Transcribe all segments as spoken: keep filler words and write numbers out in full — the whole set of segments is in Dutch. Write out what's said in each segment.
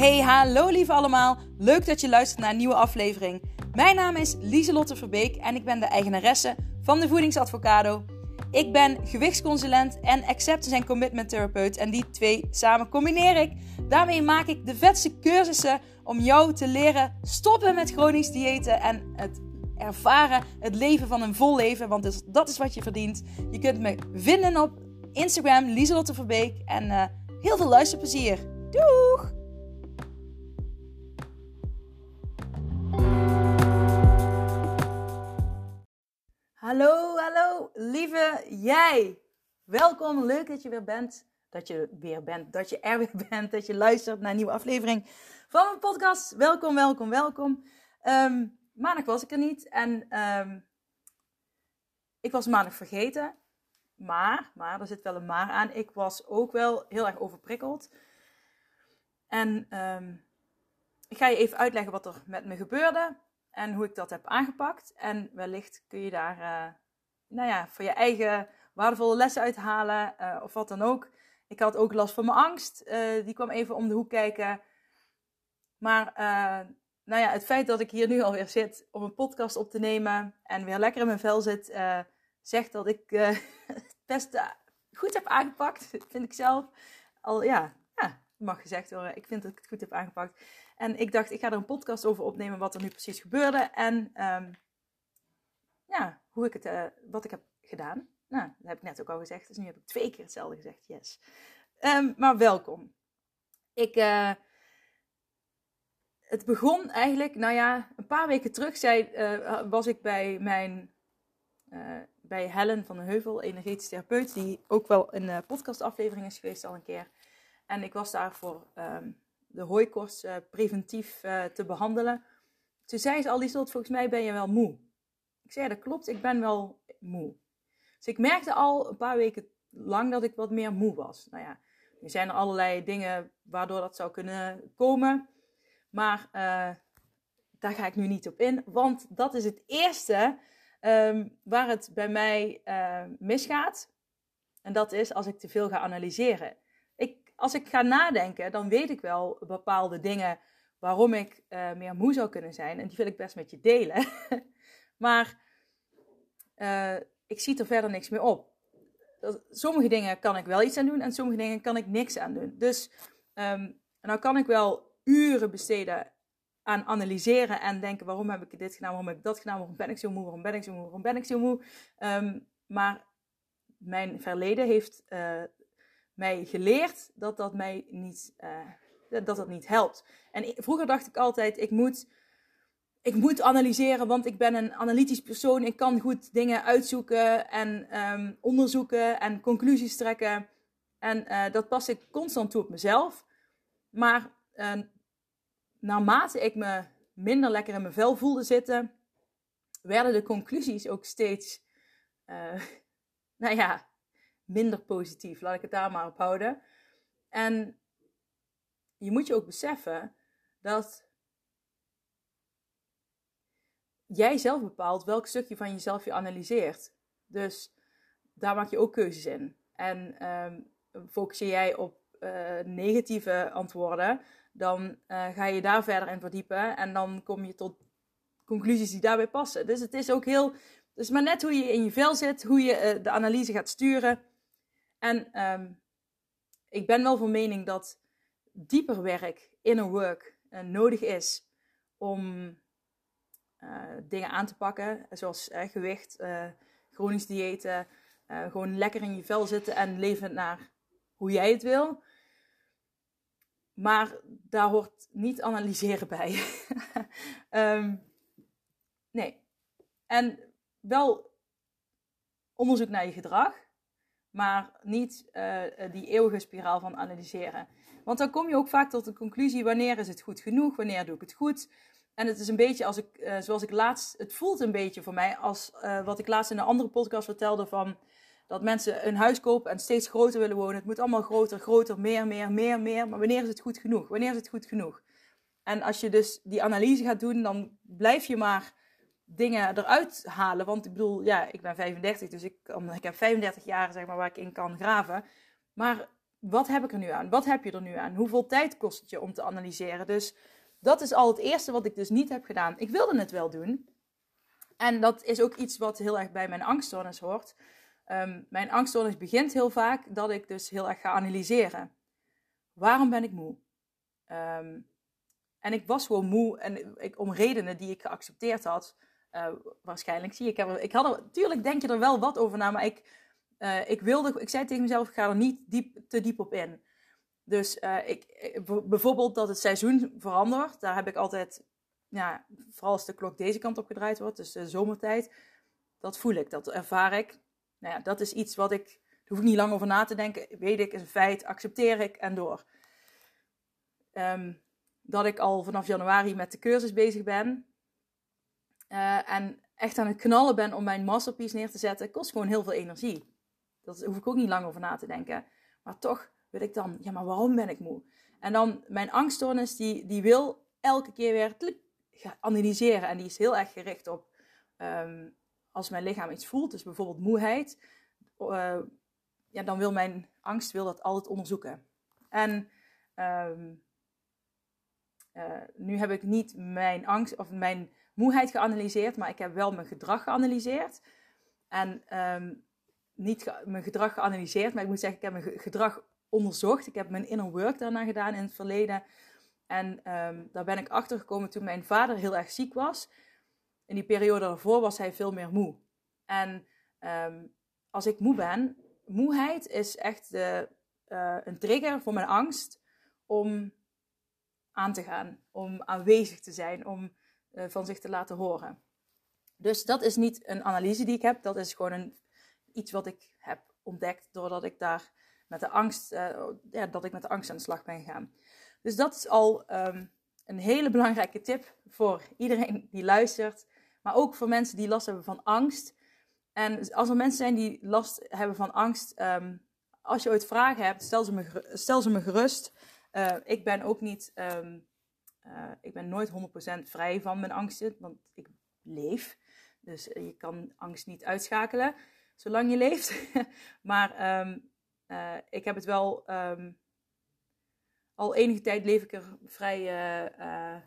Hey, hallo lieve allemaal. Leuk dat je luistert naar een nieuwe aflevering. Mijn naam is Lieselotte Verbeek en ik ben de eigenaresse van de Voedingsadvocado. Ik ben gewichtsconsulent en acceptance en commitment therapeut en die twee samen combineer ik. Daarmee maak ik de vetste cursussen om jou te leren stoppen met chronisch diëten en het ervaren, het leven van een vol leven, want dat is wat je verdient. Je kunt me vinden op Instagram, Lieselotte Verbeek, en uh, heel veel luisterplezier. Doeg! Hallo, hallo, lieve jij. Welkom, leuk dat je weer bent. Dat je weer bent, dat je er weer bent, dat je luistert naar een nieuwe aflevering van mijn podcast. Welkom, welkom, welkom. Um, maandag was ik er niet en um, ik was maandag vergeten. Maar, maar, er zit wel een maar aan. Ik was ook wel heel erg overprikkeld. En um, ik ga je even uitleggen wat er met me gebeurde. En hoe ik dat heb aangepakt. En wellicht kun je daar, uh, nou ja, voor je eigen waardevolle lessen uithalen. Uh, of wat dan ook. Ik had ook last van mijn angst. Uh, die kwam even om de hoek kijken. Maar, uh, nou ja, het feit dat ik hier nu alweer zit om een podcast op te nemen. En weer lekker in mijn vel zit. Uh, zegt dat ik uh, het best uh, goed heb aangepakt. Vind ik zelf. Al, ja, ja, mag gezegd worden. Ik vind dat ik het goed heb aangepakt. En ik dacht, ik ga er een podcast over opnemen wat er nu precies gebeurde. En um, ja, hoe ik het, uh, wat ik heb gedaan. Nou, dat heb ik net ook al gezegd. Dus nu heb ik twee keer hetzelfde gezegd. Yes. Um, maar welkom. Ik, uh, het begon eigenlijk, nou ja, een paar weken terug zei, uh, was ik bij mijn, uh, bij Helen van den Heuvel, energetisch therapeut. Die ook wel in een podcastaflevering is geweest al een keer. En ik was daar voor Um, de hooikoorts uh, preventief uh, te behandelen. Toen zei ze al, die slot, volgens mij ben je wel moe. Ik zei, ja, dat klopt, ik ben wel moe. Dus ik merkte al een paar weken lang dat ik wat meer moe was. Nou ja, er zijn er allerlei dingen waardoor dat zou kunnen komen. Maar uh, daar ga ik nu niet op in. Want dat is het eerste um, waar het bij mij uh, misgaat. En dat is als ik te veel ga analyseren. Ik Als ik ga nadenken, dan weet ik wel bepaalde dingen waarom ik uh, meer moe zou kunnen zijn. En die wil ik best met je delen. Maar uh, ik zie er verder niks meer op. Sommige dingen kan ik wel iets aan doen en sommige dingen kan ik niks aan doen. Dus um, nou kan ik wel uren besteden aan analyseren en denken, waarom heb ik dit gedaan, waarom heb ik dat gedaan, waarom ben ik zo moe, waarom ben ik zo moe, waarom ben ik zo moe. Um, maar mijn verleden heeft Uh, mij geleerd dat dat mij niet, uh, dat dat niet helpt. En vroeger dacht ik altijd, ik moet, ik moet analyseren, want ik ben een analytisch persoon. Ik kan goed dingen uitzoeken en um, onderzoeken en conclusies trekken. En uh, dat pas ik constant toe op mezelf. Maar uh, naarmate ik me minder lekker in mijn vel voelde zitten, werden de conclusies ook steeds, uh, nou ja, minder positief. Laat ik het daar maar op houden. En je moet je ook beseffen dat jij zelf bepaalt welk stukje van jezelf je analyseert. Dus daar maak je ook keuzes in. En um, focuseer jij op uh, negatieve antwoorden, dan uh, ga je daar verder in verdiepen en dan kom je tot conclusies die daarbij passen. Dus het is ook heel, dus maar net hoe je in je vel zit, hoe je uh, de analyse gaat sturen. En um, ik ben wel van mening dat dieper werk, inner work, uh, nodig is om uh, dingen aan te pakken. Zoals uh, gewicht, uh, chronisch diëten, uh, gewoon lekker in je vel zitten en leven naar hoe jij het wil. Maar daar hoort niet analyseren bij. um, nee. En wel onderzoek naar je gedrag. Maar niet uh, die eeuwige spiraal van analyseren. Want dan kom je ook vaak tot de conclusie, wanneer is het goed genoeg? Wanneer doe ik het goed? En het is een beetje als ik, uh, zoals ik laatst, het voelt een beetje voor mij als uh, wat ik laatst in een andere podcast vertelde van dat mensen een huis kopen en steeds groter willen wonen. Het moet allemaal groter, groter, meer, meer, meer, meer. Maar wanneer is het goed genoeg? Wanneer is het goed genoeg? En als je dus die analyse gaat doen, dan blijf je maar dingen eruit halen. Want ik bedoel, ja, ik ben vijfendertig, dus ik, ik heb vijfendertig jaar zeg maar, waar ik in kan graven. Maar wat heb ik er nu aan? Wat heb je er nu aan? Hoeveel tijd kost het je om te analyseren? Dus dat is al het eerste wat ik dus niet heb gedaan. Ik wilde het wel doen. En dat is ook iets wat heel erg bij mijn angststoornis hoort. Um, mijn angststoornis begint heel vaak dat ik dus heel erg ga analyseren. Waarom ben ik moe? Um, en ik was gewoon moe en ik, om redenen die ik geaccepteerd had. Uh, waarschijnlijk zie ik. Ik had er, tuurlijk denk je er wel wat over na, maar ik, uh, ik wilde, ik zei tegen mezelf, ik ga er niet diep, te diep op in. Dus uh, ik, bijvoorbeeld dat het seizoen verandert, daar heb ik altijd, ja, vooral als de klok deze kant op gedraaid wordt, dus de zomertijd, dat voel ik, dat ervaar ik. Nou ja, dat is iets wat ik, daar hoef ik niet lang over na te denken, weet ik, is een feit, accepteer ik en door. Um, dat ik al vanaf januari met de cursus bezig ben uh, en echt aan het knallen ben om mijn masterpiece neer te zetten, kost gewoon heel veel energie. Daar hoef ik ook niet lang over na te denken. Maar toch wil ik dan, ja, maar waarom ben ik moe? En dan mijn angststoornis, die, die wil elke keer weer tlik, gaan analyseren. En die is heel erg gericht op, um, als mijn lichaam iets voelt, dus bijvoorbeeld moeheid, uh, ja, dan wil mijn angst wil dat altijd onderzoeken. En um, uh, nu heb ik niet mijn angst of mijn moeheid geanalyseerd, maar ik heb wel mijn gedrag geanalyseerd. En um, niet ge- mijn gedrag geanalyseerd, maar ik moet zeggen, ik heb mijn gedrag onderzocht. Ik heb mijn inner work daarna gedaan in het verleden. En um, daar ben ik achter gekomen toen mijn vader heel erg ziek was. In die periode daarvoor was hij veel meer moe. En um, als ik moe ben, moeheid is echt de, uh, een trigger voor mijn angst om aan te gaan. Om aanwezig te zijn, om uh, van zich te laten horen. Dus dat is niet een analyse die ik heb, dat is gewoon een, iets wat ik heb ontdekt doordat ik daar met de angst, uh, ja, dat ik met de angst aan de slag ben gegaan. Dus dat is al um, een hele belangrijke tip voor iedereen die luistert. Maar ook voor mensen die last hebben van angst. En als er mensen zijn die last hebben van angst, um, als je ooit vragen hebt, stel ze me, stel ze me gerust. Uh, ik ben ook niet, um, uh, ik ben nooit honderd procent vrij van mijn angsten, want ik leef. Dus uh, je kan angst niet uitschakelen, zolang je leeft. maar um, uh, ik heb het wel, um, al enige tijd leef ik er vrij, uh, uh,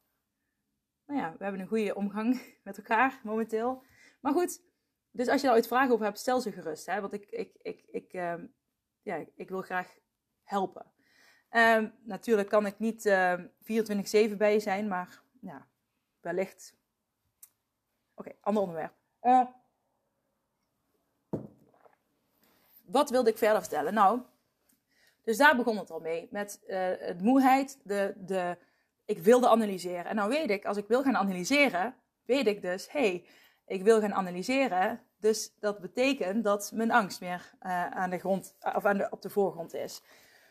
nou ja, we hebben een goede omgang met elkaar momenteel. Maar goed, dus als je daar ooit vragen over hebt, stel ze gerust. Hè? Want ik, ik, ik, ik, um, ja, ik wil graag helpen. Um, natuurlijk kan ik niet uh, vierentwintig zeven bij je zijn, maar ja, wellicht. Oké, okay, ander onderwerp. Uh, wat wilde ik verder vertellen? Nou, dus daar begon het al mee. Met uh, de moeheid, de, de, ik wilde analyseren. En nou weet ik, als ik wil gaan analyseren, weet ik dus, hé, hey, ik wil gaan analyseren. Dus dat betekent dat mijn angst meer uh, aan de grond, of aan de, op de voorgrond is.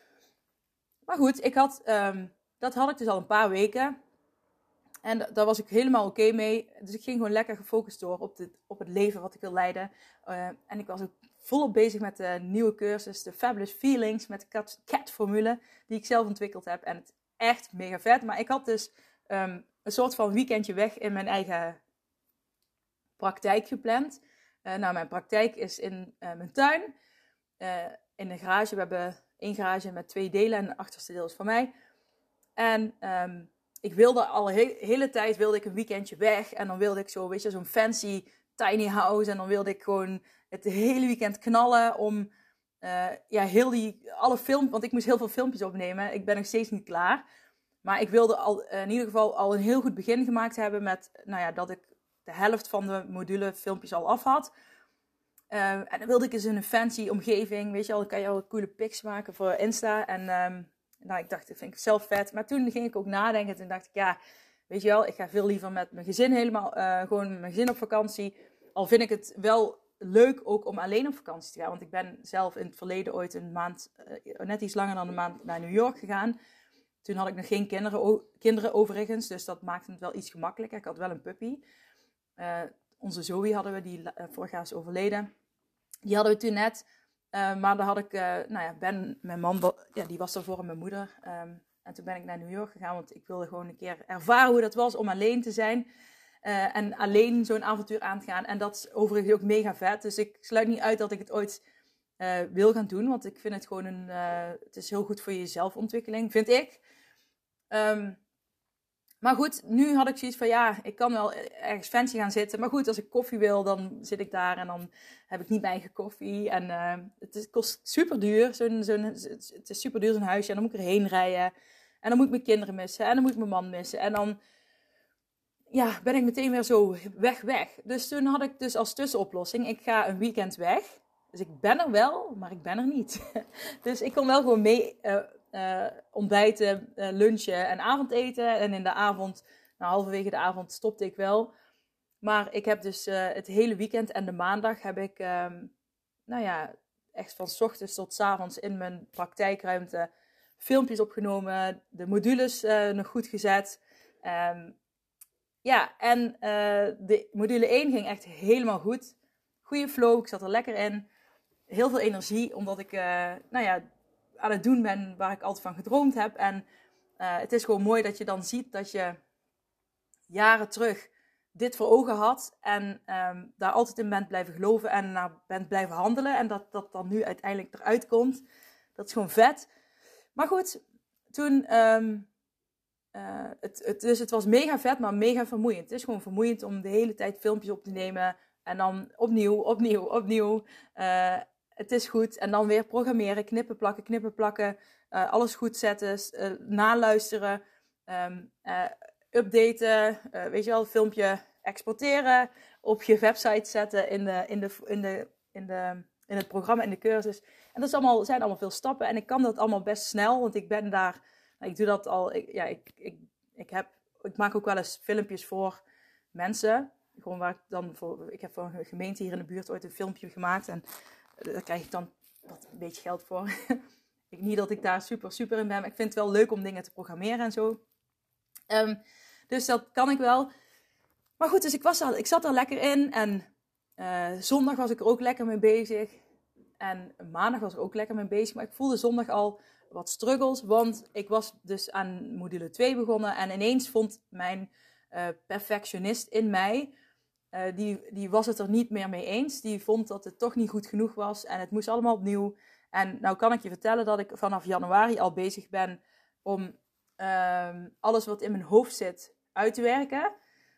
Maar goed, ik had, um, dat had ik dus al een paar weken. En daar was ik helemaal oké okay mee. Dus ik ging gewoon lekker gefocust door op, de, op het leven wat ik wil leiden. Uh, en ik was ook volop bezig met de nieuwe cursus, de Fabulous Feelings, met de cat-formule die ik zelf ontwikkeld heb. En het is echt mega vet. Maar ik had dus um, een soort van weekendje weg in mijn eigen praktijk gepland. Uh, nou, mijn praktijk is in uh, mijn tuin, uh, in de garage. We hebben één garage met twee delen en het achterste deel is van mij. En um, ik wilde al de he- hele tijd wilde ik een weekendje weg. En dan wilde ik zo, weet je, zo'n fancy tiny house. En dan wilde ik gewoon het hele weekend knallen om, uh, ja, heel die, alle film, want ik moest heel veel filmpjes opnemen. Ik ben nog steeds niet klaar. Maar ik wilde al, uh, in ieder geval al een heel goed begin gemaakt hebben met, nou ja, dat ik de helft van de module filmpjes al af had. Uh, en dan wilde ik eens in een fancy omgeving, weet je al, dan kan je al coole pics maken voor Insta. En um, nou, ik dacht, dat vind ik zelf vet. Maar toen ging ik ook nadenken. Toen dacht ik, ja, weet je wel, ik ga veel liever met mijn gezin helemaal, uh, gewoon met mijn gezin op vakantie. Al vind ik het wel leuk ook om alleen op vakantie te gaan. Want ik ben zelf in het verleden ooit een maand, uh, net iets langer dan een maand naar New York gegaan. Toen had ik nog geen kinderen, o- kinderen overigens, dus dat maakte het wel iets gemakkelijker. Ik had wel een puppy. Uh, onze Zoe hadden we, die uh, vorig jaar is overleden. Die hadden we toen net. Uh, maar daar had ik, uh, nou ja, Ben, mijn man, ja, die was daarvoor en mijn moeder. Um, en toen ben ik naar New York gegaan, want ik wilde gewoon een keer ervaren hoe dat was om alleen te zijn. Uh, en alleen zo'n avontuur aan te gaan. En dat is overigens ook mega vet. Dus ik sluit niet uit dat ik het ooit uh, wil gaan doen. Want ik vind het gewoon een... Uh, het is heel goed voor je zelfontwikkeling, vind ik. Um, maar goed, nu had ik zoiets van... Ja, ik kan wel ergens fancy gaan zitten. Maar goed, als ik koffie wil, dan zit ik daar. En dan heb ik niet mijn eigen koffie. En uh, het is, kost super duur. Zo'n, zo'n, het is super duur zo'n huisje. En dan moet ik erheen rijden. En dan moet ik mijn kinderen missen. En dan moet ik mijn man missen. En dan... Ja, ben ik meteen weer zo weg, weg. Dus toen had ik dus als tussenoplossing... Ik ga een weekend weg... Dus ik ben er wel, maar ik ben er niet. Dus ik kon wel gewoon mee uh, uh, ontbijten, uh, lunchen en avondeten. En in de avond, nou halverwege de avond stopte ik wel. Maar ik heb dus uh, het hele weekend en de maandag heb ik, um, nou ja, echt van 's ochtends tot 's avonds in mijn praktijkruimte filmpjes opgenomen. De modules uh, nog goed gezet. Um, ja, en uh, de module één ging echt helemaal goed. Goeie flow, ik zat er lekker in. Heel veel energie, omdat ik uh, nou ja, aan het doen ben waar ik altijd van gedroomd heb. En uh, het is gewoon mooi dat je dan ziet dat je jaren terug dit voor ogen had. En um, daar altijd in bent blijven geloven en naar bent blijven handelen. En dat dat dan nu uiteindelijk eruit komt. Dat is gewoon vet. Maar goed, toen... Um, uh, het, het, dus het was mega vet, maar mega vermoeiend. Het is gewoon vermoeiend om de hele tijd filmpjes op te nemen... En dan opnieuw, opnieuw, opnieuw. Uh, het is goed. En dan weer programmeren, knippen, plakken, knippen, plakken. Uh, alles goed zetten, uh, naluisteren. Um, uh, updaten. Uh, weet je wel, een filmpje exporteren. Op je website zetten in, de, in, de, in, de, in, de, in het programma, in de cursus. En dat is allemaal, zijn allemaal veel stappen. En ik kan dat allemaal best snel. Want ik ben daar... Nou, ik doe dat al... Ik, ja, ik, ik, ik, heb, ik maak ook wel eens filmpjes voor mensen... Gewoon waar ik dan voor, ik heb voor een gemeente hier in de buurt ooit een filmpje gemaakt. En daar krijg ik dan wat een beetje geld voor. ik, niet dat ik daar super, super in ben. Maar ik vind het wel leuk om dingen te programmeren en zo. Um, dus dat kan ik wel. Maar goed, dus ik, was al, ik zat er lekker in. En uh, zondag was ik er ook lekker mee bezig. En maandag was ik ook lekker mee bezig. Maar ik voelde zondag al wat struggles. Want ik was dus aan module twee begonnen. En ineens vond mijn uh, perfectionist in mij... Uh, die, die was het er niet meer mee eens. Die vond dat het toch niet goed genoeg was. En het moest allemaal opnieuw. En nou kan ik je vertellen dat ik vanaf januari al bezig ben om uh, alles wat in mijn hoofd zit uit te werken.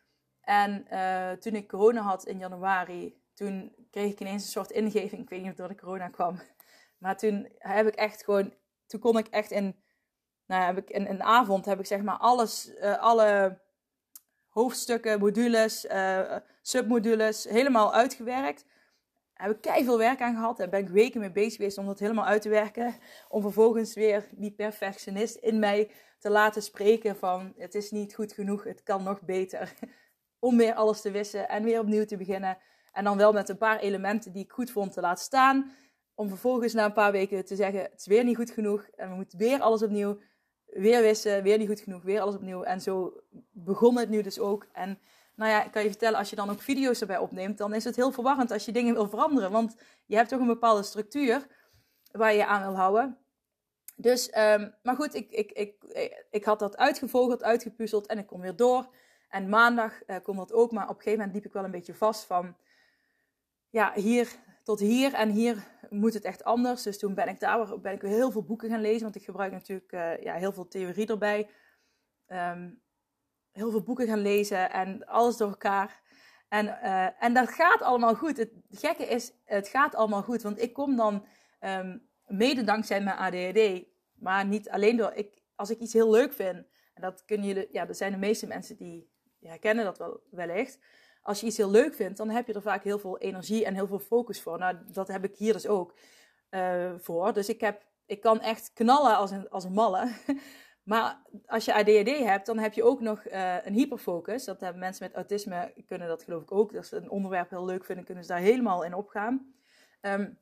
En uh, toen ik corona had in januari, toen kreeg ik ineens een soort ingeving. Ik weet niet of het door de corona kwam. Maar toen heb ik echt gewoon, toen kon ik echt in, nou heb ik in een avond heb ik zeg maar alles, uh, alle hoofdstukken, modules, uh, submodules, helemaal uitgewerkt. Daar heb ik keiveel werk aan gehad. Daar ben ik weken mee bezig geweest om dat helemaal uit te werken. Om vervolgens weer die perfectionist in mij te laten spreken van... het is niet goed genoeg, het kan nog beter. Om weer alles te wissen en weer opnieuw te beginnen. En dan wel met een paar elementen die ik goed vond te laten staan. Om vervolgens na een paar weken te zeggen, het is weer niet goed genoeg. En we moeten weer alles opnieuw. Weer wissen, weer niet goed genoeg, weer alles opnieuw. En zo begon het nu dus ook. En nou ja, ik kan je vertellen, als je dan ook video's erbij opneemt, dan is het heel verwarrend als je dingen wil veranderen. Want je hebt toch een bepaalde structuur waar je je aan wil houden. Dus, um, maar goed, ik, ik, ik, ik had dat uitgevogeld, uitgepuzzeld en ik kon weer door. En maandag uh, kon dat ook, maar op een gegeven moment liep ik wel een beetje vast van... Ja, hier tot hier en hier moet het echt anders. Dus toen ben ik daar ben ik weer heel veel boeken gaan lezen. Want ik gebruik natuurlijk uh, ja, heel veel theorie erbij. Um, heel veel boeken gaan lezen en alles door elkaar. En, uh, en dat gaat allemaal goed. Het gekke is, het gaat allemaal goed. Want ik kom dan um, mede dankzij mijn A D H D. Maar niet alleen door... Ik, als ik iets heel leuk vind... En dat kunnen jullie... Ja, dat zijn de meeste mensen die, die herkennen dat wel wellicht. Als je iets heel leuk vindt, dan heb je er vaak heel veel energie en heel veel focus voor. Nou, dat heb ik hier dus ook uh, voor. Dus ik, heb, ik kan echt knallen als een, als een malle. Maar als je A D H D hebt, dan heb je ook nog uh, een hyperfocus. Dat hebben mensen met autisme, kunnen dat geloof ik ook. Als ze een onderwerp heel leuk vinden, kunnen ze daar helemaal in opgaan. Um,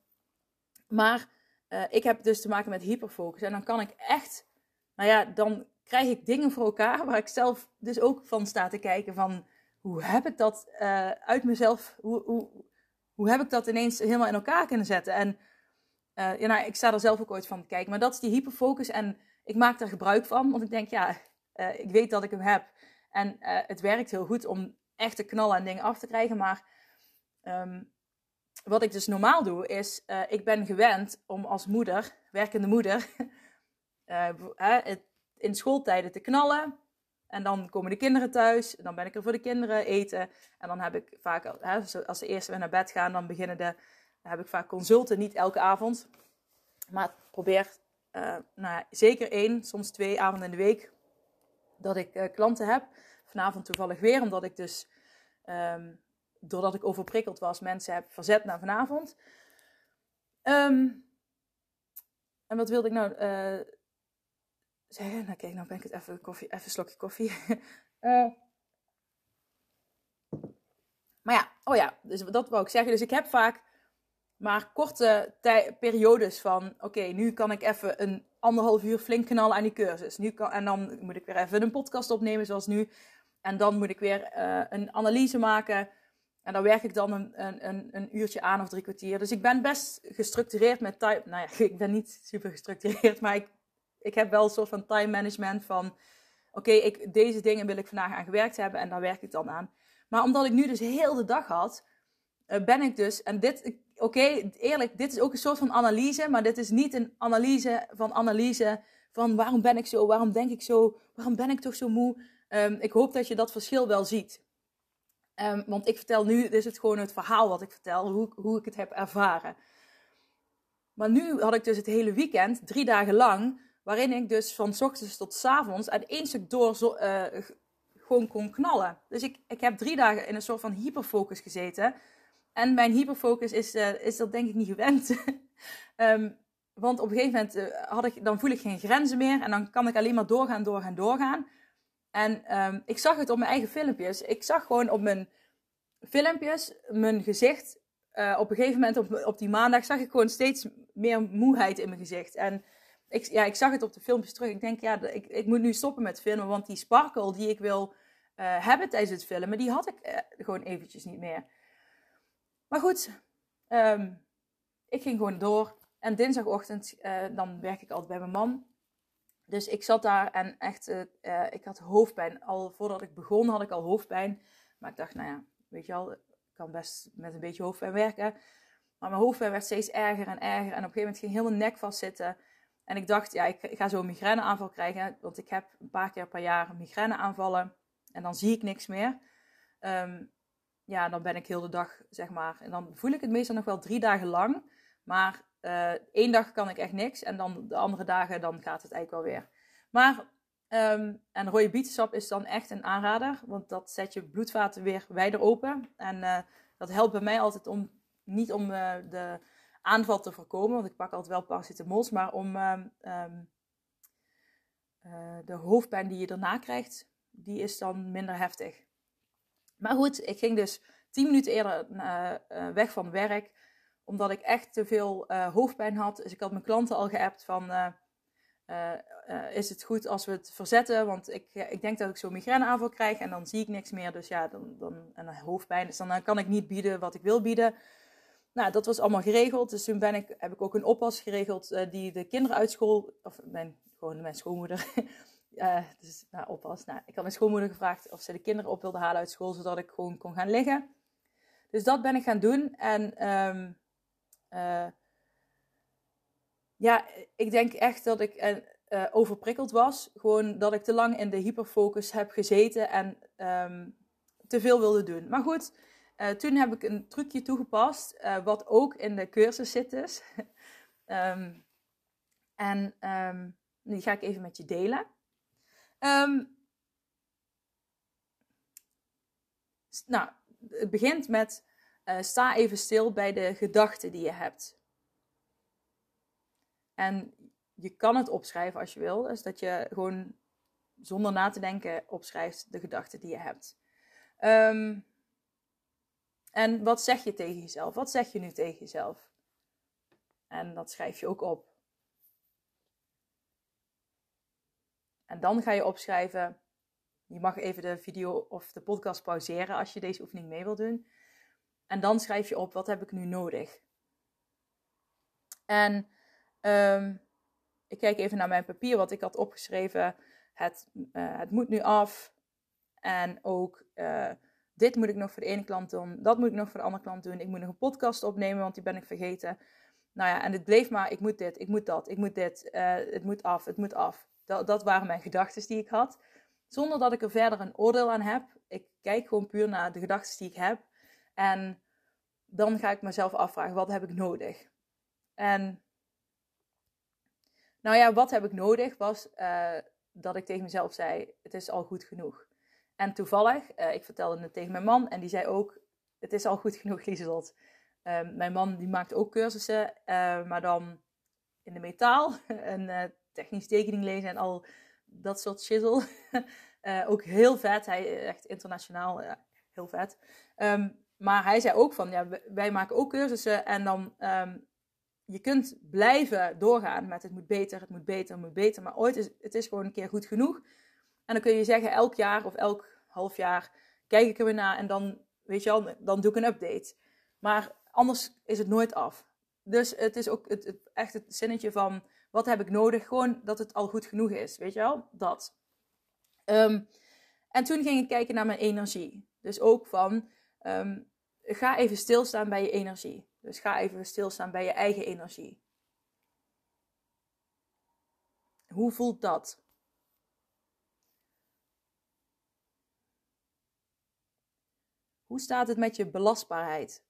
maar uh, ik heb dus te maken met hyperfocus. En dan kan ik echt, nou ja, dan krijg ik dingen voor elkaar waar ik zelf dus ook van sta te kijken van... Hoe heb ik dat uh, uit mezelf, hoe, hoe, hoe heb ik dat ineens helemaal in elkaar kunnen zetten? En uh, ja, nou, ik sta er zelf ook ooit van te kijken. Maar dat is die hyperfocus en ik maak daar gebruik van. Want ik denk, ja, uh, ik weet dat ik hem heb. En uh, het werkt heel goed om echt te knallen en dingen af te krijgen. Maar um, wat ik dus normaal doe, is uh, ik ben gewend om als moeder, werkende moeder, uh, uh, in schooltijden te knallen. En dan komen de kinderen thuis. En dan ben ik er voor de kinderen eten. En dan heb ik vaak, uh, als ze eerst weer naar bed gaan, dan beginnen de, dan heb ik vaak consulten. Niet elke avond. Maar ik probeer uh, nou ja, zeker één, soms twee avonden in de week dat ik uh, klanten heb. Vanavond toevallig weer, omdat ik dus... Um, doordat ik overprikkeld was, mensen heb verzet naar vanavond. Um, en wat wilde ik nou uh, zeggen? Nou kijk, nou ben ik het even, koffie, even een slokje koffie. uh, maar ja, oh ja, dus dat wou ik zeggen. Dus ik heb vaak maar korte tij- periodes van... Oké, okay, nu kan ik even een anderhalf uur flink knallen aan die cursus. Nu kan, en dan moet ik weer even een podcast opnemen zoals nu. En dan moet ik weer uh, een analyse maken... En dan werk ik dan een, een, een uurtje aan of drie kwartier. Dus ik ben best gestructureerd met time. Nou ja, ik ben niet super gestructureerd. Maar ik, ik heb wel een soort van time management van... Oké, okay, deze dingen wil ik vandaag aan gewerkt hebben. En daar werk ik dan aan. Maar omdat ik nu dus heel de dag had... Ben ik dus... En dit... Oké, okay, eerlijk, dit is ook een soort van analyse. Maar dit is niet een analyse van analyse. Van waarom ben ik zo? Waarom denk ik zo? Waarom ben ik toch zo moe? Um, ik hoop dat je dat verschil wel ziet. Um, want ik vertel nu, dit is het gewoon het verhaal wat ik vertel, hoe, hoe ik het heb ervaren. Maar nu had ik dus het hele weekend, drie dagen lang, waarin ik dus van 's ochtends tot 's avonds aan één stuk door zo, uh, gewoon kon knallen. Dus ik, ik heb drie dagen in een soort van hyperfocus gezeten. En mijn hyperfocus is, uh, is dat denk ik niet gewend. um, want op een gegeven moment uh, had ik, dan voel ik geen grenzen meer en dan kan ik alleen maar doorgaan, doorgaan, doorgaan. En um, ik zag het op mijn eigen filmpjes. Ik zag gewoon op mijn filmpjes, mijn gezicht. Uh, op een gegeven moment, op, op die maandag, zag ik gewoon steeds meer moeheid in mijn gezicht. En ik, ja, ik zag het op de filmpjes terug. Ik denk, ja, ik, ik moet nu stoppen met filmen. Want die sparkle die ik wil uh, hebben tijdens het filmen, die had ik uh, gewoon eventjes niet meer. Maar goed, um, ik ging gewoon door. En dinsdagochtend, uh, dan werk ik altijd bij mijn man. Dus ik zat daar en echt, uh, uh, ik had hoofdpijn. Al voordat ik begon had ik al hoofdpijn. Maar ik dacht, nou ja, weet je wel, ik kan best met een beetje hoofdpijn werken. Maar mijn hoofdpijn werd steeds erger en erger. En op een gegeven moment ging heel mijn nek vastzitten. En ik dacht, ja, ik, ik ga zo een migraineaanval krijgen. Want ik heb een paar keer per jaar migraineaanvallen. En dan zie ik niks meer. Um, ja, dan ben ik heel de dag, zeg maar. En dan voel ik het meestal nog wel drie dagen lang. Maar uh, één dag kan ik echt niks. En dan de andere dagen, dan gaat het eigenlijk wel weer. Maar, um, en rode bietensap is dan echt een aanrader. Want dat zet je bloedvaten weer wijder open. En uh, dat helpt bij mij altijd om, niet om uh, de aanval te voorkomen. Want ik pak altijd wel paracetamols. Maar om uh, um, uh, de hoofdpijn die je daarna krijgt, die is dan minder heftig. Maar goed, ik ging dus tien minuten eerder uh, uh, weg van werk. Omdat ik echt te veel uh, hoofdpijn had. Dus ik had mijn klanten al geappt van... Uh, uh, uh, is het goed als we het verzetten? Want ik, uh, ik denk dat ik zo'n migraineaanval krijg. En dan zie ik niks meer. Dus ja, dan, dan, en dan hoofdpijn. Dus dan uh, kan ik niet bieden wat ik wil bieden. Nou, dat was allemaal geregeld. Dus toen ben ik, heb ik ook een oppas geregeld. Uh, die de kinderen uit school... Of mijn, gewoon mijn schoonmoeder... Uh, dus, nou, oppas. Nou, ik had mijn schoonmoeder gevraagd of ze de kinderen op wilde halen uit school, zodat ik gewoon kon gaan liggen. Dus dat ben ik gaan doen. En um, uh, ja, ik denk echt dat ik uh, uh, overprikkeld was. Gewoon dat ik te lang in de hyperfocus heb gezeten en um, te veel wilde doen. Maar goed, uh, toen heb ik een trucje toegepast, uh, wat ook in de cursus zit dus. um, en um, die ga ik even met je delen. Um, nou, het begint met uh, sta even stil bij de gedachten die je hebt. En je kan het opschrijven als je wil. Dus dat je gewoon zonder na te denken opschrijft de gedachten die je hebt. Um, en wat zeg je tegen jezelf? Wat zeg je nu tegen jezelf? En dat schrijf je ook op. En dan ga je opschrijven... Je mag even de video of de podcast pauzeren als je deze oefening mee wil doen. En dan schrijf je op, wat heb ik nu nodig? En um, ik kijk even naar mijn papier wat ik had opgeschreven. Het, uh, het moet nu af. En ook uh, dit moet ik nog voor de ene klant doen. Dat moet ik nog voor de andere klant doen. Ik moet nog een podcast opnemen, want die ben ik vergeten. Nou ja, en het bleef maar, ik moet dit, ik moet dat, ik moet dit. Uh, het moet af, het moet af. Dat, dat waren mijn gedachten die ik had. Zonder dat ik er verder een oordeel aan heb. Ik kijk gewoon puur naar de gedachten die ik heb. En dan ga ik mezelf afvragen, wat heb ik nodig? En nou ja, wat heb ik nodig was uh, dat ik tegen mezelf zei, het is al goed genoeg. En toevallig, uh, ik vertelde het tegen mijn man en die zei ook, het is al goed genoeg, Lieselot. Uh, mijn man die maakt ook cursussen, uh, maar dan in de metaal. en uh, technisch tekening lezen en al dat soort shizzle. uh, ook heel vet, hij echt internationaal, uh, heel vet. Um, maar hij zei ook van, ja, wij maken ook cursussen en dan... Um, je kunt blijven doorgaan met het moet beter, het moet beter, het moet beter. Maar ooit is het is gewoon een keer goed genoeg. En dan kun je zeggen elk jaar of elk half jaar kijk ik er weer naar. En dan, weet je wel, dan doe ik een update. Maar anders is het nooit af. Dus het is ook het, het, echt het zinnetje van wat heb ik nodig? Gewoon dat het al goed genoeg is, weet je wel? Dat. Um, en toen ging ik kijken naar mijn energie. Dus ook van um, ga even stilstaan bij je energie. Dus ga even stilstaan bij je eigen energie. Hoe voelt dat? Hoe staat het met je belastbaarheid?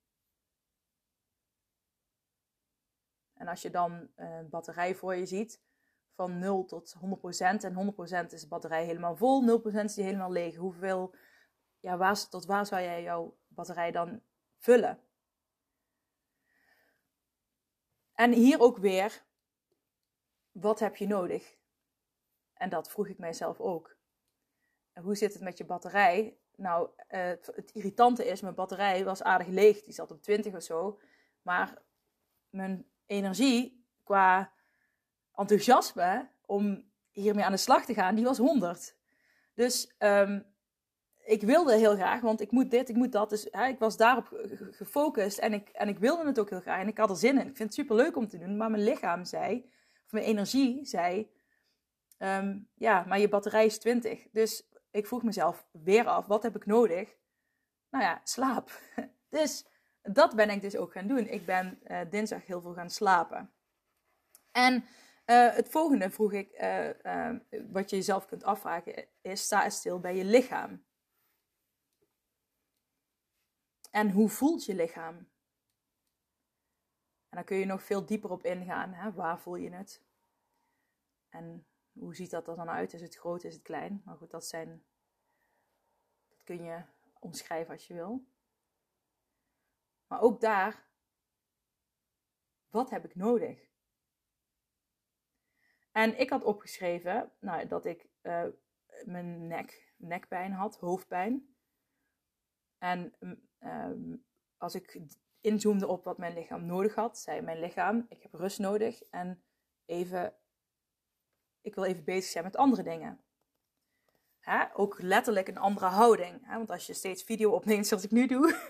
En als je dan een batterij voor je ziet, van nul tot honderd procent. En honderd procent is de batterij helemaal vol, nul procent is die helemaal leeg. Hoeveel, ja, waar, tot waar zou jij jouw batterij dan vullen? En hier ook weer, wat heb je nodig? En dat vroeg ik mijzelf ook. En hoe zit het met je batterij? Nou, uh, het, het irritante is, mijn batterij was aardig leeg. Die zat op twintig of zo. Maar mijn energie qua enthousiasme om hiermee aan de slag te gaan, die was honderd. Dus um, ik wilde heel graag, want ik moet dit, ik moet dat. Dus hè, ik was daarop gefocust en ik, en ik wilde het ook heel graag. En ik had er zin in. Ik vind het super leuk om te doen. Maar mijn lichaam zei, of mijn energie zei, um, ja, maar je batterij is twintig. Dus ik vroeg mezelf weer af, wat heb ik nodig? Nou ja, slaap. Dus dat ben ik dus ook gaan doen. Ik ben uh, dinsdag heel veel gaan slapen. En uh, het volgende vroeg ik, uh, uh, wat je jezelf kunt afvragen, is sta stil bij je lichaam. En hoe voelt je lichaam? En dan kun je nog veel dieper op ingaan. Hè? Waar voel je het? En hoe ziet dat er dan uit? Is het groot, is het klein? Maar goed, dat zijn... Dat kun je omschrijven als je wil. Maar ook daar... Wat heb ik nodig? En ik had opgeschreven... Nou, dat ik uh, mijn nek, nekpijn had. Hoofdpijn. En... Um, als ik inzoomde op wat mijn lichaam nodig had, zei mijn lichaam, ik heb rust nodig en even, ik wil even bezig zijn met andere dingen. Hè? Ook letterlijk een andere houding. Hè? Want als je steeds video opneemt zoals ik nu doe,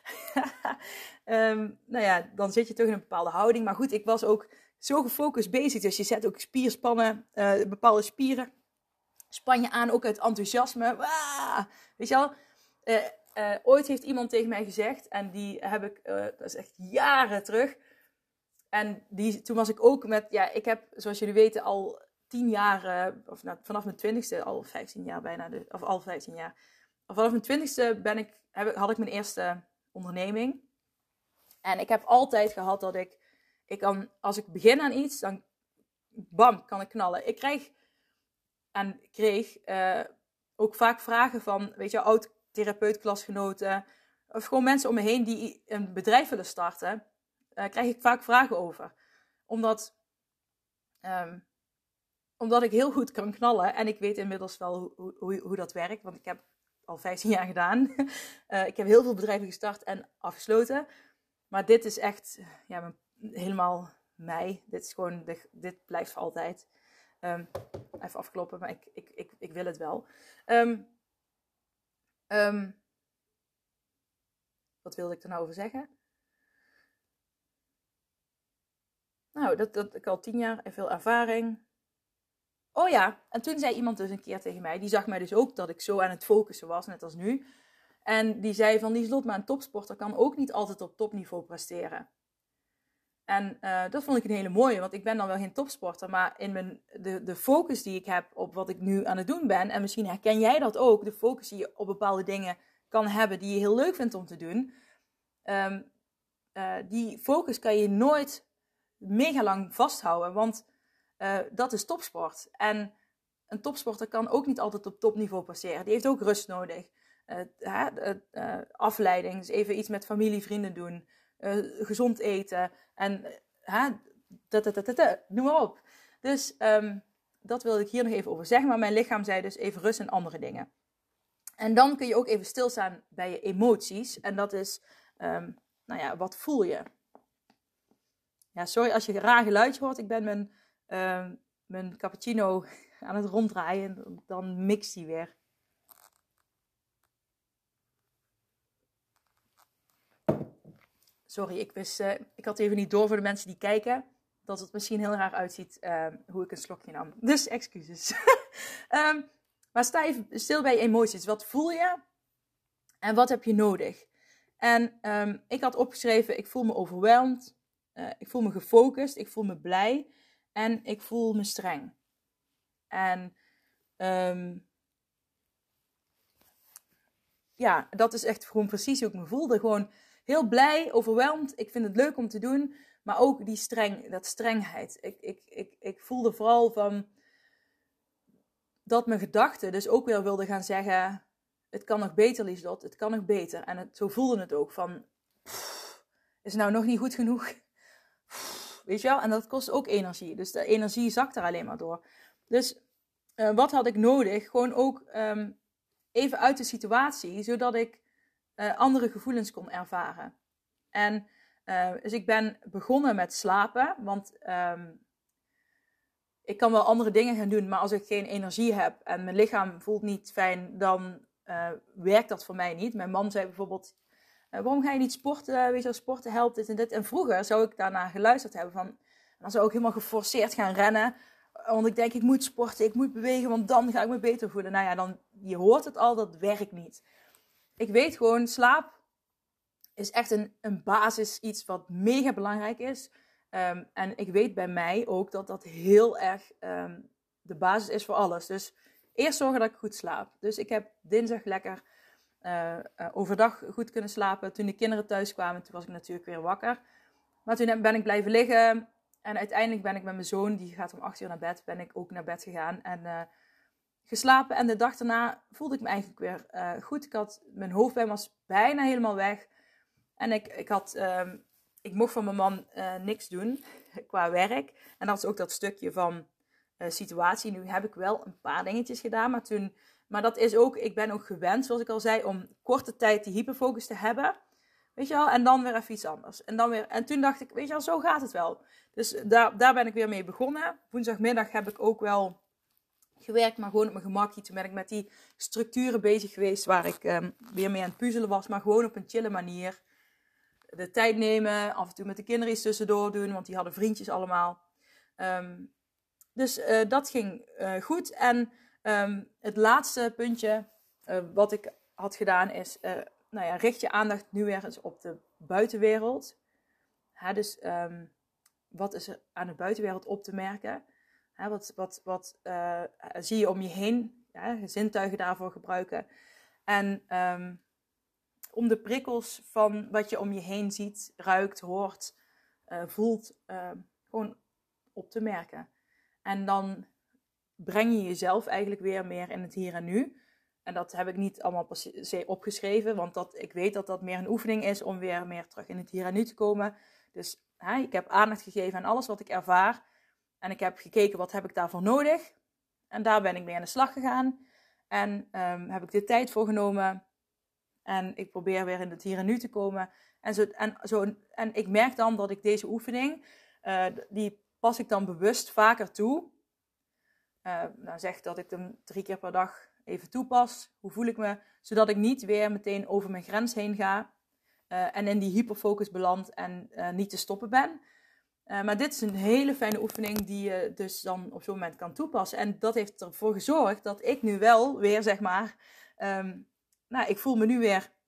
um, nou ja, dan zit je toch in een bepaalde houding. Maar goed, ik was ook zo gefocust bezig, dus je zet ook spierspannen, uh, bepaalde spieren, span je aan, ook uit enthousiasme. Waaah! Weet je wel? Uh, Uh, ooit heeft iemand tegen mij gezegd, en die heb ik, uh, dat is echt jaren terug. En die, toen was ik ook met, ja, ik heb, zoals jullie weten, al tien jaar, uh, of nou, vanaf mijn twintigste, al vijftien jaar bijna, de, of al vijftien jaar. Vanaf mijn twintigste ben ik, heb ik, had ik mijn eerste onderneming. En ik heb altijd gehad dat ik, ik kan, als ik begin aan iets, dan bam, kan ik knallen. Ik krijg, en kreeg uh, ook vaak vragen van, weet je, oud therapeut, klasgenoten, of gewoon mensen om me heen die een bedrijf willen starten, uh, krijg ik vaak vragen over. Omdat, um, omdat ik heel goed kan knallen en ik weet inmiddels wel hoe, hoe, hoe dat werkt, want ik heb al vijftien jaar gedaan. uh, ik heb heel veel bedrijven gestart en afgesloten, maar dit is echt ja, mijn, helemaal mij. Dit is gewoon, dit, dit blijft altijd. Um, even afkloppen, maar ik, ik, ik, ik wil het wel. Um, Um, wat wilde ik er nou over zeggen? Nou, dat, dat ik al tien jaar en veel ervaring. Oh ja, en toen zei iemand dus een keer tegen mij, die zag mij dus ook dat ik zo aan het focussen was, net als nu. En die zei van, Lieselot, maar een topsporter kan ook niet altijd op topniveau presteren. En uh, dat vond ik een hele mooie, want ik ben dan wel geen topsporter, maar in mijn, de, de focus die ik heb op wat ik nu aan het doen ben, en misschien herken jij dat ook, de focus die je op bepaalde dingen kan hebben die je heel leuk vindt om te doen, um, uh, die focus kan je nooit mega lang vasthouden, want uh, dat is topsport. En een topsporter kan ook niet altijd op topniveau passeren, die heeft ook rust nodig. Uh, uh, uh, afleiding, dus even iets met familie, vrienden doen, uh, gezond eten en uh, da, da, da, da, da, noem maar op. Dus um, dat wilde ik hier nog even over zeggen, maar mijn lichaam zei dus even rust en andere dingen. En dan kun je ook even stilstaan bij je emoties en dat is, um, nou ja, wat voel je? Ja, sorry als je een raar geluidje hoort, ik ben mijn, uh, mijn cappuccino aan het ronddraaien, dan mixt die weer. Sorry, ik, wist, uh, ik had even niet door voor de mensen die kijken dat het misschien heel raar uitziet uh, hoe ik een slokje nam. Dus excuses. um, maar sta even stil bij je emoties. Wat voel je en wat heb je nodig? En um, ik had opgeschreven, ik voel me overweldigd, uh, ik voel me gefocust, ik voel me blij en ik voel me streng. En um, ja, dat is echt gewoon precies hoe ik me voelde. Gewoon heel blij, overweldigd. Ik vind het leuk om te doen. Maar ook die streng, dat strengheid. Ik, ik, ik, ik voelde vooral van dat mijn gedachten dus ook weer wilden gaan zeggen, het kan nog beter, Lieselot. Het kan nog beter. En het, zo voelde het ook van, pff, is het nou nog niet goed genoeg? Pff, weet je wel? En dat kost ook energie. Dus de energie zakt er alleen maar door. Dus uh, wat had ik nodig? Gewoon ook um, even uit de situatie, zodat ik uh, andere gevoelens kon ervaren. En uh, dus ik ben begonnen met slapen, want um, ik kan wel andere dingen gaan doen, maar als ik geen energie heb en mijn lichaam voelt niet fijn, dan uh, werkt dat voor mij niet. Mijn man zei bijvoorbeeld, uh, waarom ga je niet sporten? Weet je wel, sporten helpt dit en dit. En vroeger zou ik daarna geluisterd hebben van, dan zou ik helemaal geforceerd gaan rennen, want ik denk, ik moet sporten, ik moet bewegen, want dan ga ik me beter voelen. Nou ja, dan, je hoort het al, dat werkt niet. Ik weet gewoon, slaap is echt een, een basis, iets wat mega belangrijk is. Um, en ik weet bij mij ook dat dat heel erg um, de basis is voor alles. Dus eerst zorgen dat ik goed slaap. Dus ik heb dinsdag lekker uh, uh, overdag goed kunnen slapen. Toen de kinderen thuis kwamen, toen was ik natuurlijk weer wakker. Maar toen ben ik blijven liggen. En uiteindelijk ben ik met mijn zoon, die gaat om acht uur naar bed, ben ik ook naar bed gegaan. En uh, geslapen. En de dag daarna voelde ik me eigenlijk weer uh, goed. Ik had, mijn hoofdpijn was bijna helemaal weg. En ik, ik had... Um, Ik mocht van mijn man uh, niks doen qua werk. En dat is ook dat stukje van uh, situatie. Nu heb ik wel een paar dingetjes gedaan. Maar, toen, maar dat is ook, ik ben ook gewend, zoals ik al zei, om korte tijd die hyperfocus te hebben. Weet je wel? En dan weer even iets anders. En, dan weer, en toen dacht ik, weet je wel, zo gaat het wel. Dus daar, daar ben ik weer mee begonnen. Woensdagmiddag heb ik ook wel gewerkt, maar gewoon op mijn gemakje. Toen ben ik met die structuren bezig geweest waar ik um, weer mee aan het puzzelen was. Maar gewoon op een chille manier. De tijd nemen, af en toe met de kinderen iets tussendoor doen, want die hadden vriendjes allemaal. Um, dus uh, dat ging uh, goed. En um, het laatste puntje uh, wat ik had gedaan is, uh, nou ja, richt je aandacht nu weer eens op de buitenwereld. Ha, dus um, wat is er aan de buitenwereld op te merken? Ha, wat wat, wat uh, zie je om je heen? Ja, zintuigen daarvoor gebruiken. En... Um, om de prikkels van wat je om je heen ziet, ruikt, hoort, uh, voelt, uh, gewoon op te merken. En dan breng je jezelf eigenlijk weer meer in het hier en nu. En dat heb ik niet allemaal per se opgeschreven, want dat, ik weet dat dat meer een oefening is om weer meer terug in het hier en nu te komen. Dus hè, ik heb aandacht gegeven aan alles wat ik ervaar. En ik heb gekeken, wat heb ik daarvoor nodig? En daar ben ik mee aan de slag gegaan. En um, heb ik de tijd voor genomen. En ik probeer weer in het hier en nu te komen. En, zo, en, zo, en ik merk dan dat ik deze oefening, uh, die pas ik dan bewust vaker toe. Uh, nou zeg dat ik hem drie keer per dag even toepas. Hoe voel ik me? Zodat ik niet weer meteen over mijn grens heen ga. Uh, en in die hyperfocus beland en uh, niet te stoppen ben. Uh, maar dit is een hele fijne oefening die je dus dan op zo'n moment kan toepassen. En dat heeft ervoor gezorgd dat ik nu wel weer, zeg maar... Um, nou, ik voel me nu weer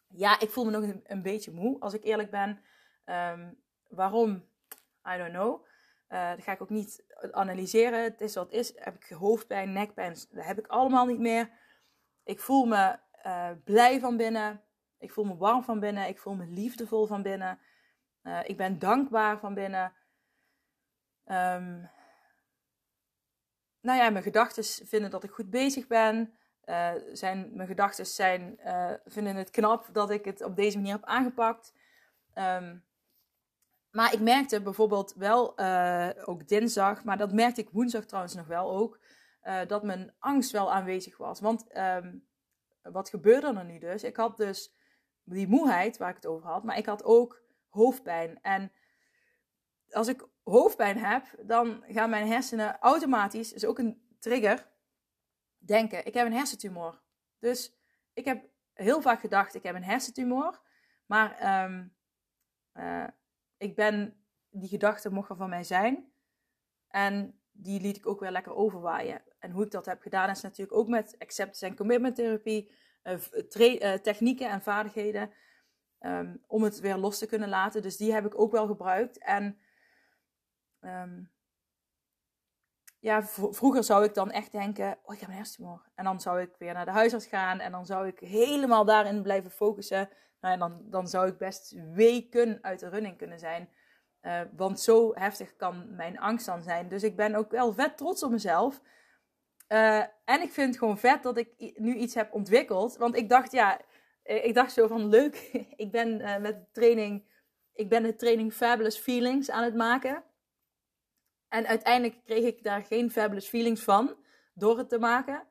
Ja, ik voel me nog een, een beetje moe, als ik eerlijk ben. Um, waarom? I don't know. Uh, dat ga ik ook niet analyseren. Het is wat het is. Heb ik hoofdpijn, nekpijn, dat heb ik allemaal niet meer. Ik voel me uh, blij van binnen. Ik voel me warm van binnen. Ik voel me liefdevol van binnen. Uh, ik ben dankbaar van binnen. Um, nou ja, mijn gedachten vinden dat ik goed bezig ben. Uh, zijn, mijn gedachten zijn, uh, vinden het knap dat ik het op deze manier heb aangepakt. Um, maar ik merkte bijvoorbeeld wel, uh, ook dinsdag, maar dat merkte ik woensdag trouwens nog wel ook, uh, dat mijn angst wel aanwezig was. Want um, wat gebeurde er nu dus? Ik had dus die moeheid waar ik het over had, maar ik had ook hoofdpijn. En als ik hoofdpijn heb, dan gaan mijn hersenen automatisch, is ook een trigger, denken, ik heb een hersentumor. Dus ik heb heel vaak gedacht, ik heb een hersentumor. Maar um, uh, ik ben, die gedachte mocht er van mij zijn. En die liet ik ook weer lekker overwaaien. En hoe ik dat heb gedaan is natuurlijk ook met acceptance en commitment therapie. Uh, tra- uh, technieken en vaardigheden. Um, om het weer los te kunnen laten. Dus die heb ik ook wel gebruikt. En um, ja, v- vroeger zou ik dan echt denken, oh, ik heb een hersentumor. En dan zou ik weer naar de huisarts gaan. En dan zou ik helemaal daarin blijven focussen. Nou, en dan, dan zou ik best weken uit de running kunnen zijn. Uh, want zo heftig kan mijn angst dan zijn. Dus ik ben ook wel vet trots op mezelf. Uh, en ik vind het gewoon vet dat ik nu iets heb ontwikkeld. Want ik dacht, ja, ik dacht zo van leuk. ik ben uh, met de training, ik ben de training Fabulous Feelings aan het maken. En uiteindelijk kreeg ik daar geen fabulous feelings van door het te maken.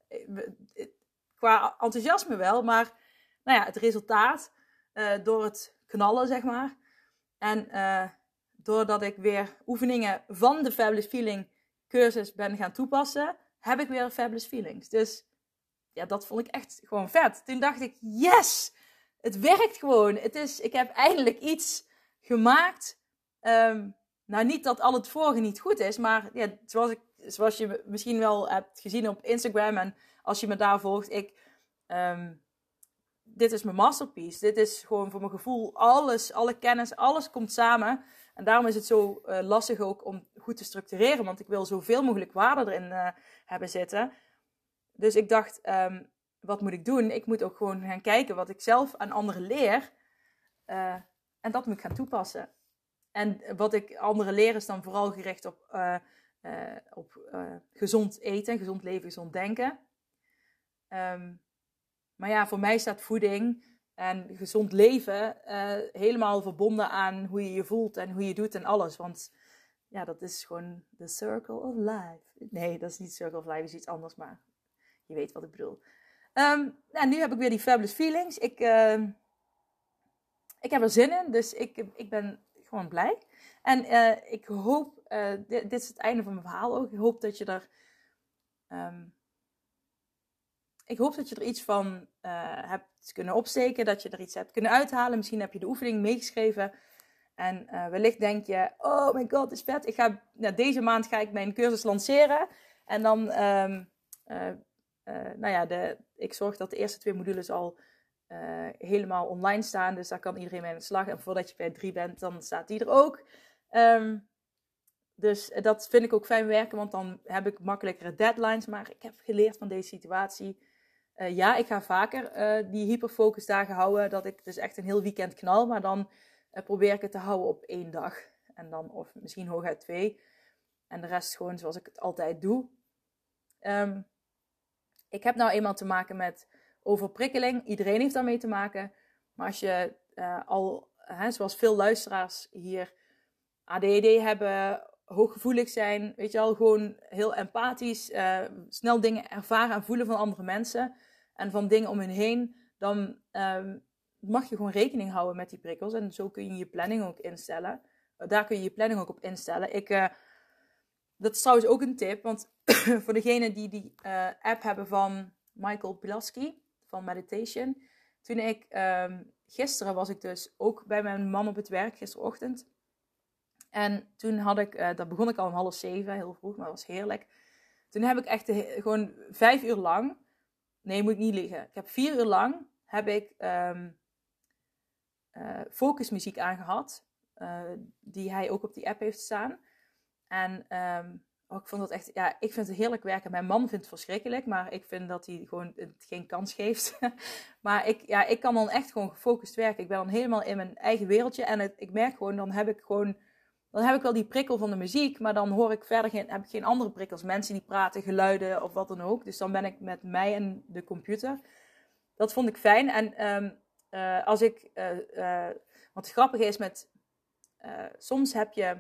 Qua enthousiasme wel, maar nou ja, het resultaat uh, door het knallen, zeg maar. En uh, doordat ik weer oefeningen van de Fabulous Feeling cursus ben gaan toepassen, heb ik weer fabulous feelings. Dus ja, dat vond ik echt gewoon vet. Toen dacht ik, yes! Het werkt gewoon. Het is, ik heb eindelijk iets gemaakt. Um, nou, niet dat al het vorige niet goed is, maar ja, zoals, ik, zoals je misschien wel hebt gezien op Instagram en als je me daar volgt, ik, um, dit is mijn masterpiece. Dit is gewoon voor mijn gevoel alles, alle kennis, alles komt samen. En daarom is het zo uh, lastig ook om goed te structureren, want ik wil zoveel mogelijk waarde erin uh, hebben zitten. Dus ik dacht, um, wat moet ik doen? Ik moet ook gewoon gaan kijken wat ik zelf aan anderen leer. Uh, en dat moet ik gaan toepassen. En wat ik anderen leer is dan vooral gericht op, uh, uh, op uh, gezond eten, gezond leven, gezond denken. Um, maar ja, voor mij staat voeding en gezond leven uh, helemaal verbonden aan hoe je je voelt en hoe je doet en alles. Want ja, dat is gewoon the circle of life. Nee, dat is niet circle of life, dat is iets anders, maar je weet wat ik bedoel. Um, nou, nu heb ik weer die fabulous feelings. Ik, uh, ik heb er zin in, dus ik, ik ben gewoon blij. En uh, ik hoop, uh, dit, dit is het einde van mijn verhaal ook. Ik hoop dat je er, um, ik hoop dat je er iets van uh, hebt kunnen opsteken, dat je er iets hebt kunnen uithalen. Misschien heb je de oefening meegeschreven. En uh, wellicht denk je, oh my god, dit is vet. Ik ga, nou, deze maand ga ik mijn cursus lanceren. En dan, um, uh, uh, nou ja, de, ik zorg dat de eerste twee modules al uh, helemaal online staan. Dus daar kan iedereen mee aan de slag. En voordat je bij drie bent, dan staat die er ook. Um, dus dat vind ik ook fijn werken, want dan heb ik makkelijkere deadlines. Maar ik heb geleerd van deze situatie. Uh, ja, ik ga vaker uh, die hyperfocusdagen houden. Dat ik dus echt een heel weekend knal. Maar dan uh, probeer ik het te houden op één dag. En dan, of misschien hooguit twee. En de rest gewoon zoals ik het altijd doe. Um, ik heb nou eenmaal te maken met overprikkeling. Iedereen heeft daarmee te maken. Maar als je uh, al, hè, zoals veel luisteraars hier, A D H D hebben, hooggevoelig zijn, weet je wel, gewoon heel empathisch, uh, snel dingen ervaren en voelen van andere mensen en van dingen om hen heen, dan um, mag je gewoon rekening houden met die prikkels. En zo kun je je planning ook instellen. Uh, daar kun je je planning ook op instellen. Ik, uh, dat is trouwens ook een tip, want voor degenen die die uh, app hebben van Michael Pilasky, van Meditation. Toen ik, um, gisteren was ik dus ook bij mijn man op het werk, gisterochtend. En toen had ik, uh, dat begon ik al om half zeven, heel vroeg, maar dat was heerlijk. Toen heb ik echt de, gewoon vijf uur lang, nee moet ik niet liegen. Ik heb vier uur lang, heb ik um, uh, focusmuziek aangehad. Uh, die hij ook op die app heeft staan. En um, oh, ik vond dat echt... Ja, ik vind het heerlijk werken. Mijn man vindt het verschrikkelijk. Maar ik vind dat hij gewoon het geen kans geeft. Maar ik, ja, ik kan dan echt gewoon gefocust werken. Ik ben dan helemaal in mijn eigen wereldje. En het, ik merk gewoon, dan heb ik gewoon... Dan heb ik wel die prikkel van de muziek. Maar dan hoor ik verder geen, heb ik geen andere prikkels. Mensen die praten, geluiden of wat dan ook. Dus dan ben ik met mij en de computer. Dat vond ik fijn. En um, uh, als ik... Uh, uh, wat grappig is met... Uh, soms heb je...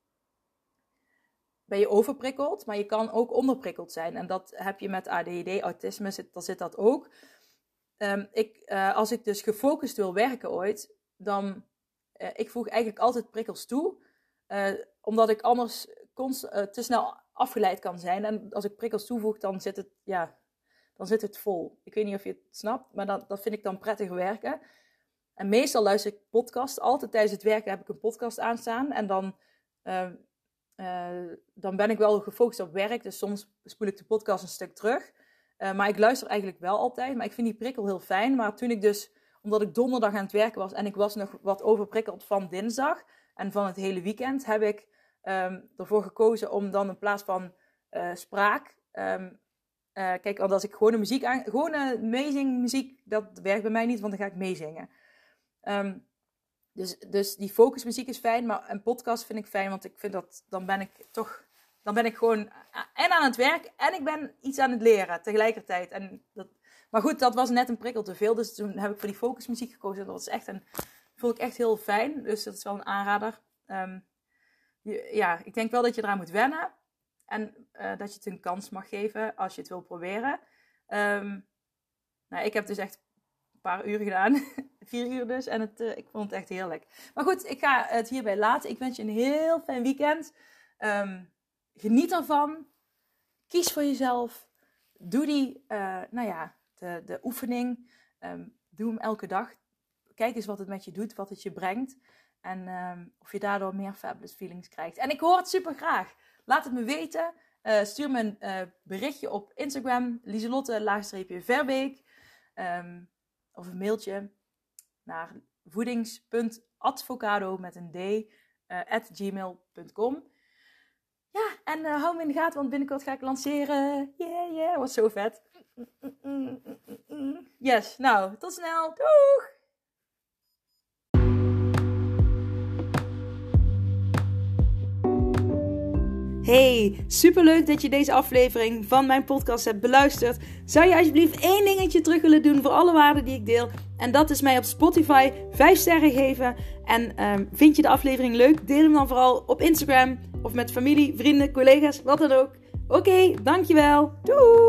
ben je overprikkeld, maar je kan ook onderprikkeld zijn. En dat heb je met A D H D, autisme, zit, daar zit dat ook. Um, ik, uh, als ik dus gefocust wil werken ooit, dan... Uh, ik voeg eigenlijk altijd prikkels toe. Uh, omdat ik anders const, uh, te snel afgeleid kan zijn. En als ik prikkels toevoeg, dan zit het, ja, dan zit het vol. Ik weet niet of je het snapt, maar dat, dat vind ik dan prettig werken. En meestal luister ik podcast. Altijd tijdens het werken heb ik een podcast aanstaan. En dan... Uh, Uh, dan ben ik wel gefocust op werk. Dus soms spoel ik de podcast een stuk terug. Uh, maar ik luister eigenlijk wel altijd. Maar ik vind die prikkel heel fijn. Maar toen ik dus, omdat ik donderdag aan het werken was... en ik was nog wat overprikkeld van dinsdag... en van het hele weekend... heb ik um, ervoor gekozen om dan in plaats van uh, spraak... Um, uh, kijk, want als ik gewoon een muziek aan... gewoon een meezingmuziek... dat werkt bij mij niet, want dan ga ik meezingen. Um, Dus, dus die focusmuziek is fijn, maar een podcast vind ik fijn, want ik vind dat, dan ben ik toch, dan ben ik gewoon en aan het werk en ik ben iets aan het leren tegelijkertijd. En dat, maar goed, dat was net een prikkel te veel, dus toen heb ik voor die focusmuziek gekozen. Dat was echt een, vond ik echt heel fijn, dus dat is wel een aanrader. Um, je, ja, ik denk wel dat je eraan moet wennen en uh, dat je het een kans mag geven als je het wil proberen. Um, nou, ik heb dus echt een paar uur gedaan. Vier uur dus. En het, uh, ik vond het echt heerlijk. Maar goed, ik ga het hierbij laten. Ik wens je een heel fijn weekend. Um, geniet ervan. Kies voor jezelf. Doe die, uh, nou ja, de, de oefening. Um, doe hem elke dag. Kijk eens wat het met je doet. Wat het je brengt. En um, of je daardoor meer fabulous feelings krijgt. En ik hoor het super graag. Laat het me weten. Uh, stuur me een uh, berichtje op Instagram. Lieselotte laagstreepje Verbeek. Um, of een mailtje naar voedings.advocado met een d uh, at gmail dot com. Ja, en uh, hou me in de gaten, want binnenkort ga ik lanceren. Yeah, yeah, wordt zo vet. Yes, nou, tot snel. Doeg! Hey, superleuk dat je deze aflevering van mijn podcast hebt beluisterd. Zou je alsjeblieft één dingetje terug willen doen voor alle waarden die ik deel? En dat is mij op Spotify vijf sterren geven. En um, vind je de aflevering leuk? Deel hem dan vooral op Instagram of met familie, vrienden, collega's, wat dan ook. Oké, okay, dankjewel. Doei!